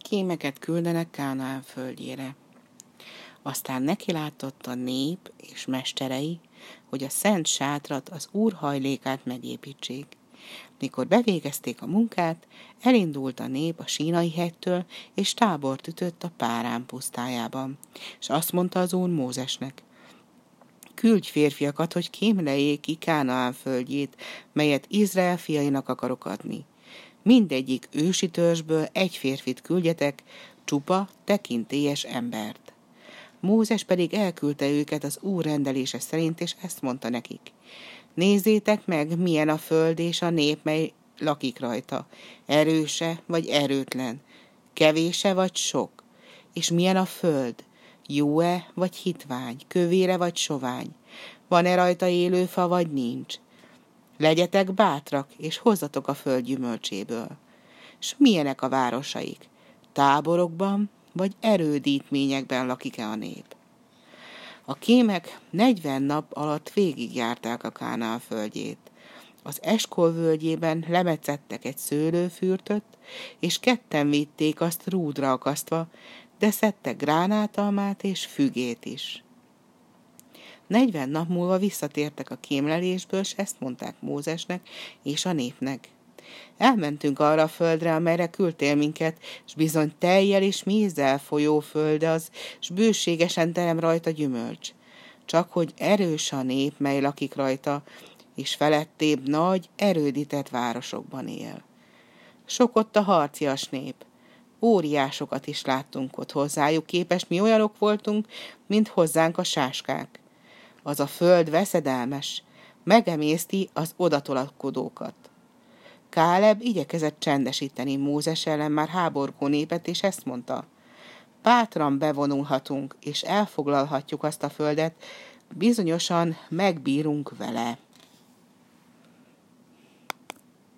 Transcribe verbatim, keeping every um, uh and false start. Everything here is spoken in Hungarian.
kémeket küldenek Kánaán földjére. Aztán nekilátott a nép és mesterei, hogy a szent sátrat, az Úr hajlékát megépítsék. Mikor bevégezték a munkát, elindult a nép a Sínai hegytől, és tábort ütött a Párán pusztájában. És azt mondta az Úr Mózesnek: küldj férfiakat, hogy kémleljék ki Kánaán földjét, melyet Izrael fiainak akarok adni. Mindegyik ősi törzsből egy férfit küldjetek, csupa, tekintélyes embert. Mózes pedig elküldte őket az Úr rendelése szerint, és ezt mondta nekik: nézzétek meg, milyen a föld és a nép, mely lakik rajta, erőse vagy erőtlen, kevése vagy sok, és milyen a föld, jó-e vagy hitvány, kövére vagy sovány, van-e rajta élő fa vagy nincs. Legyetek bátrak, és hozzatok a föld gyümölcséből. S milyenek a városaik? Táborokban vagy erődítményekben lakik-e a nép? A kémek negyven nap alatt végigjárták a Kánaán földjét. Az Eskol völgyében lemetszettek egy szőlőfürtöt, és ketten vitték azt rúdra akasztva, de szedtek gránátalmát és fügét is. Negyven nap múlva visszatértek a kémlelésből, és ezt mondták Mózesnek és a népnek: elmentünk arra a földre, amelyre küldtél minket, s bizony tejjel és mézzel folyó föld az, s bőségesen terem rajta gyümölcs. Csak hogy erős a nép, mely lakik rajta, és felettébb nagy, erődített városokban él. Sok ott a harcias nép. Óriásokat is láttunk ott, hozzájuk képest mi olyanok voltunk, mint hozzánk a sáskák. Az a föld veszedelmes, megemészti az odatolakodókat. Káleb igyekezett csendesíteni Mózes ellen már háborgó népet, és ezt mondta: bátran bevonulhatunk, és elfoglalhatjuk azt a földet, bizonyosan megbírunk vele.